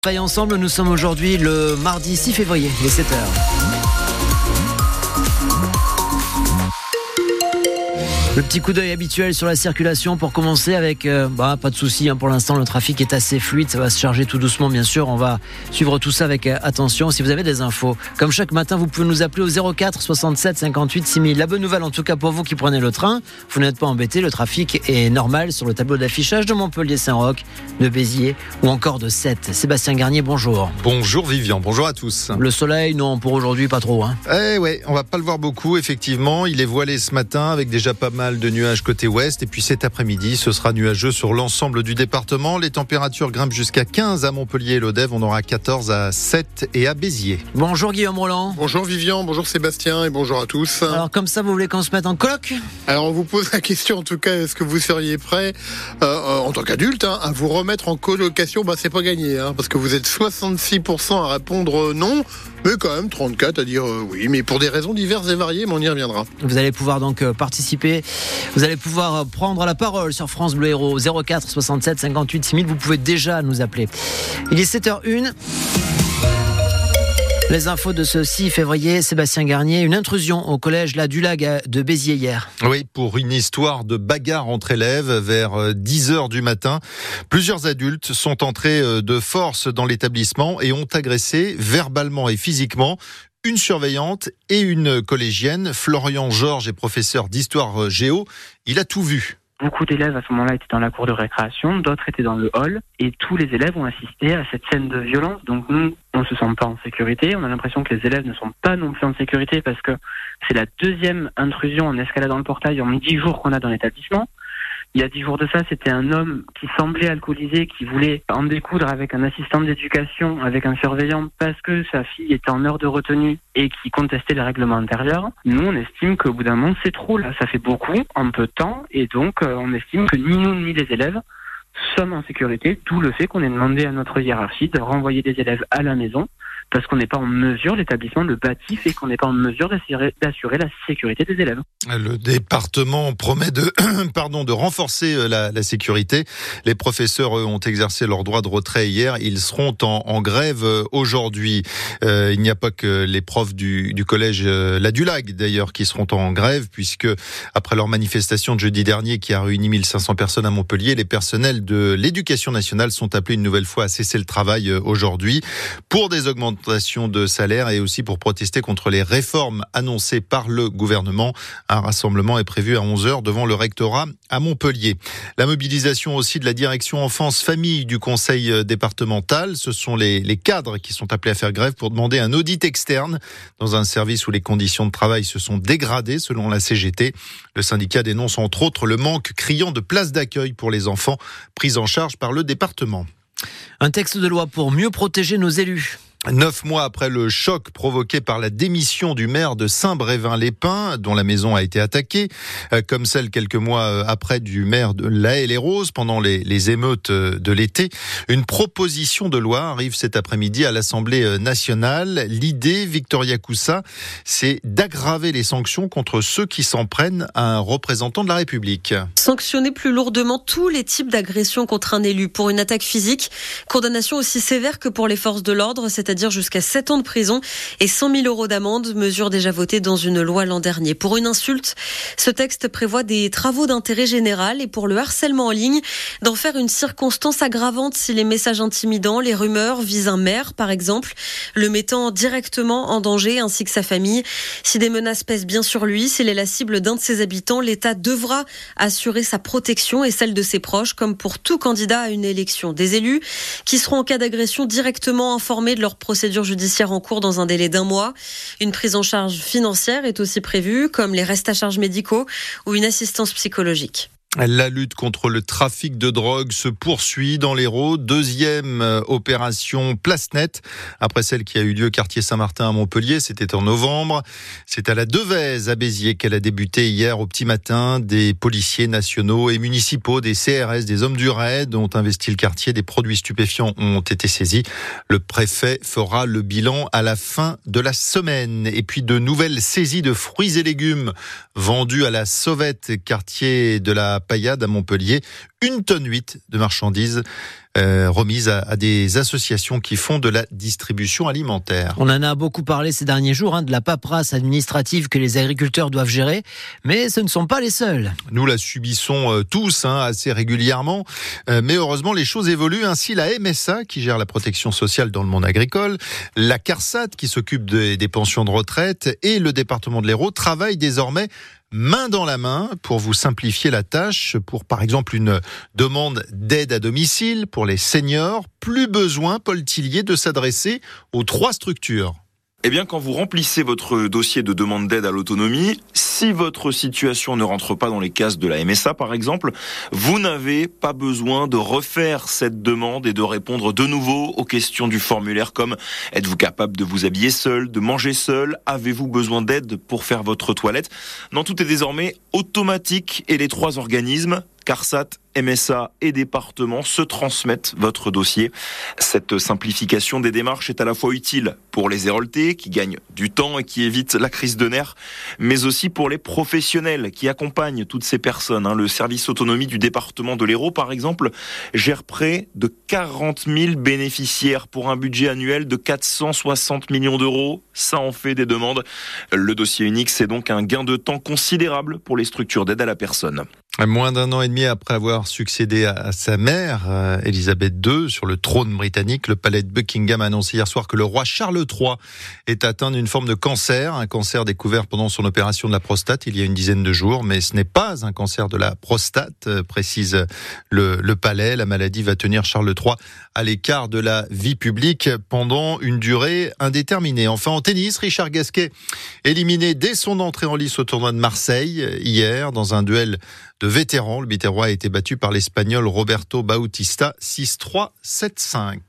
Travaille ensemble, nous sommes aujourd'hui le mardi 6 février, il est 7h. Le petit coup d'œil habituel sur la circulation pour commencer avec, pas de souci pour l'instant, le trafic est assez fluide, ça va se charger tout doucement bien sûr, on va suivre tout ça avec attention. Si vous avez des infos, comme chaque matin, vous pouvez nous appeler au 04 67 58 6000. La bonne nouvelle en tout cas pour vous qui prenez le train, vous n'êtes pas embêtés, le trafic est normal sur le tableau d'affichage de Montpellier-Saint-Roch, de Béziers ou encore de Sète. Sébastien Garnier, bonjour. Bonjour Vivian, bonjour à tous. Le soleil, non, pour aujourd'hui pas trop. On va pas le voir beaucoup effectivement, il est voilé ce matin avec déjà pas mal de nuages côté ouest et puis cet après-midi ce sera nuageux sur l'ensemble du département. Les températures grimpent jusqu'à 15 à Montpellier et Lodève, on aura 14 à Sète et à Béziers. Bonjour Guillaume Roland. Bonjour Vivian, bonjour Sébastien et bonjour à tous. Alors comme ça vous voulez qu'on se mette en coloc ? Alors on vous pose la question en tout cas, est-ce que vous seriez prêt en tant qu'adulte à vous remettre en colocation ? C'est pas gagné parce que vous êtes 66% à répondre non, mais quand même 34 à dire oui, mais pour des raisons diverses et variées, mais on y reviendra. Vous allez pouvoir donc participer, vous allez pouvoir prendre la parole sur France Bleu Héros 04 67 58 6000, vous pouvez déjà nous appeler. Il est 7h01. Les infos de ce 6 février, Sébastien Garnier, une intrusion au collège du Lac de Béziers hier. Oui, pour une histoire de bagarre entre élèves vers 10h du matin. Plusieurs adultes sont entrés de force dans l'établissement et ont agressé verbalement et physiquement une surveillante et une collégienne. Florian Georges est professeur d'histoire géo. Il a tout vu. Beaucoup d'élèves à ce moment-là étaient dans la cour de récréation, d'autres étaient dans le hall, et tous les élèves ont assisté à cette scène de violence. Donc nous, on se sent pas en sécurité, on a l'impression que les élèves ne sont pas non plus en sécurité parce que c'est la deuxième intrusion en escaladant le portail en 10 jours qu'on a dans l'établissement. Il y a 10 jours de ça, c'était un homme qui semblait alcoolisé, qui voulait en découdre avec un assistant d'éducation, avec un surveillant, parce que sa fille était en heure de retenue et qui contestait les règlements intérieurs. Nous, on estime qu'au bout d'un moment, c'est trop, là. Ça fait beaucoup, en peu de temps, et donc, on estime que ni nous, ni les élèves sommes en sécurité, d'où le fait qu'on ait demandé à notre hiérarchie de renvoyer des élèves à la maison, parce qu'on n'est pas en mesure, l'établissement le bâti fait qu'on n'est pas en mesure d'assurer la sécurité des élèves. Le département promet de renforcer la sécurité. Les professeurs ont exercé leur droit de retrait hier. Ils seront en grève aujourd'hui. Il n'y a pas que les profs du collège du Lac d'ailleurs qui seront en grève, puisque après leur manifestation de jeudi dernier qui a réuni 1500 personnes à Montpellier, les personnels de l'éducation nationale sont appelés une nouvelle fois à cesser le travail aujourd'hui pour des augmentations de salaire et aussi pour protester contre les réformes annoncées par le gouvernement. Un rassemblement est prévu à 11h devant le rectorat à Montpellier. La mobilisation aussi de la direction enfance-famille du conseil départemental. Ce sont les cadres qui sont appelés à faire grève pour demander un audit externe dans un service où les conditions de travail se sont dégradées selon la CGT. Le syndicat dénonce entre autres le manque criant de places d'accueil pour les enfants prises en charge par le département. Un texte de loi pour mieux protéger nos élus. 9 mois après le choc provoqué par la démission du maire de Saint-Brévin-les-Pins, dont la maison a été attaquée, comme celle quelques mois après du maire de La Haye-les-Roses pendant les émeutes de l'été, une proposition de loi arrive cet après-midi à l'Assemblée nationale. L'idée, Victoria Coussa, c'est d'aggraver les sanctions contre ceux qui s'en prennent à un représentant de la République. Sanctionner plus lourdement tous les types d'agressions contre un élu. Pour une attaque physique, condamnation aussi sévère que pour les forces de l'ordre, c'est-à-dire jusqu'à 7 ans de prison et 100 000 € d'amende, mesure déjà votée dans une loi l'an dernier. Pour une insulte, ce texte prévoit des travaux d'intérêt général et pour le harcèlement en ligne, d'en faire une circonstance aggravante si les messages intimidants, les rumeurs visent un maire, par exemple, le mettant directement en danger ainsi que sa famille. Si des menaces pèsent bien sur lui, s'il est la cible d'un de ses habitants, l'État devra assurer sa protection et celle de ses proches, comme pour tout candidat à une élection. Des élus qui seront en cas d'agression directement informés de leur procédure judiciaire en cours dans un délai d'1 mois. Une prise en charge financière est aussi prévue, comme les restes à charge médicaux ou une assistance psychologique. La lutte contre le trafic de drogue se poursuit dans l'Hérault. Deuxième opération Place Nette, après celle qui a eu lieu quartier Saint-Martin à Montpellier, c'était en novembre. C'est à la Devèze à Béziers qu'elle a débuté hier au petit matin. Des policiers nationaux et municipaux, des CRS, des hommes du raid ont investi le quartier. Des produits stupéfiants ont été saisis. Le préfet fera le bilan à la fin de la semaine. Et puis de nouvelles saisies de fruits et légumes vendus à la Sauvette, quartier de la Paillade à Montpellier. 1,8 tonne de marchandises remise à des associations qui font de la distribution alimentaire. On en a beaucoup parlé ces derniers jours, de la paperasse administrative que les agriculteurs doivent gérer, mais ce ne sont pas les seuls. Nous la subissons tous assez régulièrement, mais heureusement les choses évoluent. Ainsi, la MSA qui gère la protection sociale dans le monde agricole, la CARSAT qui s'occupe des pensions de retraite et le département de l'Hérault travaillent désormais main dans la main pour vous simplifier la tâche. Pour par exemple une demande d'aide à domicile pour les seniors, plus besoin, Paul Tillier, de s'adresser aux 3 structures. Eh bien, quand vous remplissez votre dossier de demande d'aide à l'autonomie, si votre situation ne rentre pas dans les cases de la MSA, par exemple, vous n'avez pas besoin de refaire cette demande et de répondre de nouveau aux questions du formulaire comme « Êtes-vous capable de vous habiller seul, de manger seul ? Avez-vous besoin d'aide pour faire votre toilette ?» Non, tout est désormais automatique et les 3 organismes, CARSAT, MSA et département se transmettent votre dossier. Cette simplification des démarches est à la fois utile pour les Héraultais qui gagnent du temps et qui évitent la crise de nerfs, mais aussi pour les professionnels qui accompagnent toutes ces personnes. Le service autonomie du département de l'Hérault, par exemple, gère près de 40 000 bénéficiaires pour un budget annuel de 460 millions d'euros. Ça en fait des demandes. Le dossier unique, c'est donc un gain de temps considérable pour les structures d'aide à la personne. Moins d'1 an et demi après avoir succédé à sa mère, Elisabeth II, sur le trône britannique, le palais de Buckingham a annoncé hier soir que le roi Charles III est atteint d'une forme de cancer, un cancer découvert pendant son opération de la prostate il y a une dizaine de jours, mais ce n'est pas un cancer de la prostate, précise le palais. La maladie va tenir Charles III à l'écart de la vie publique pendant une durée indéterminée. Enfin, en tennis, Richard Gasquet éliminé dès son entrée en lice au tournoi de Marseille hier dans un duel de vétérans. Le Biterrois a été battu par l'Espagnol Roberto Bautista 6-3, 7-5.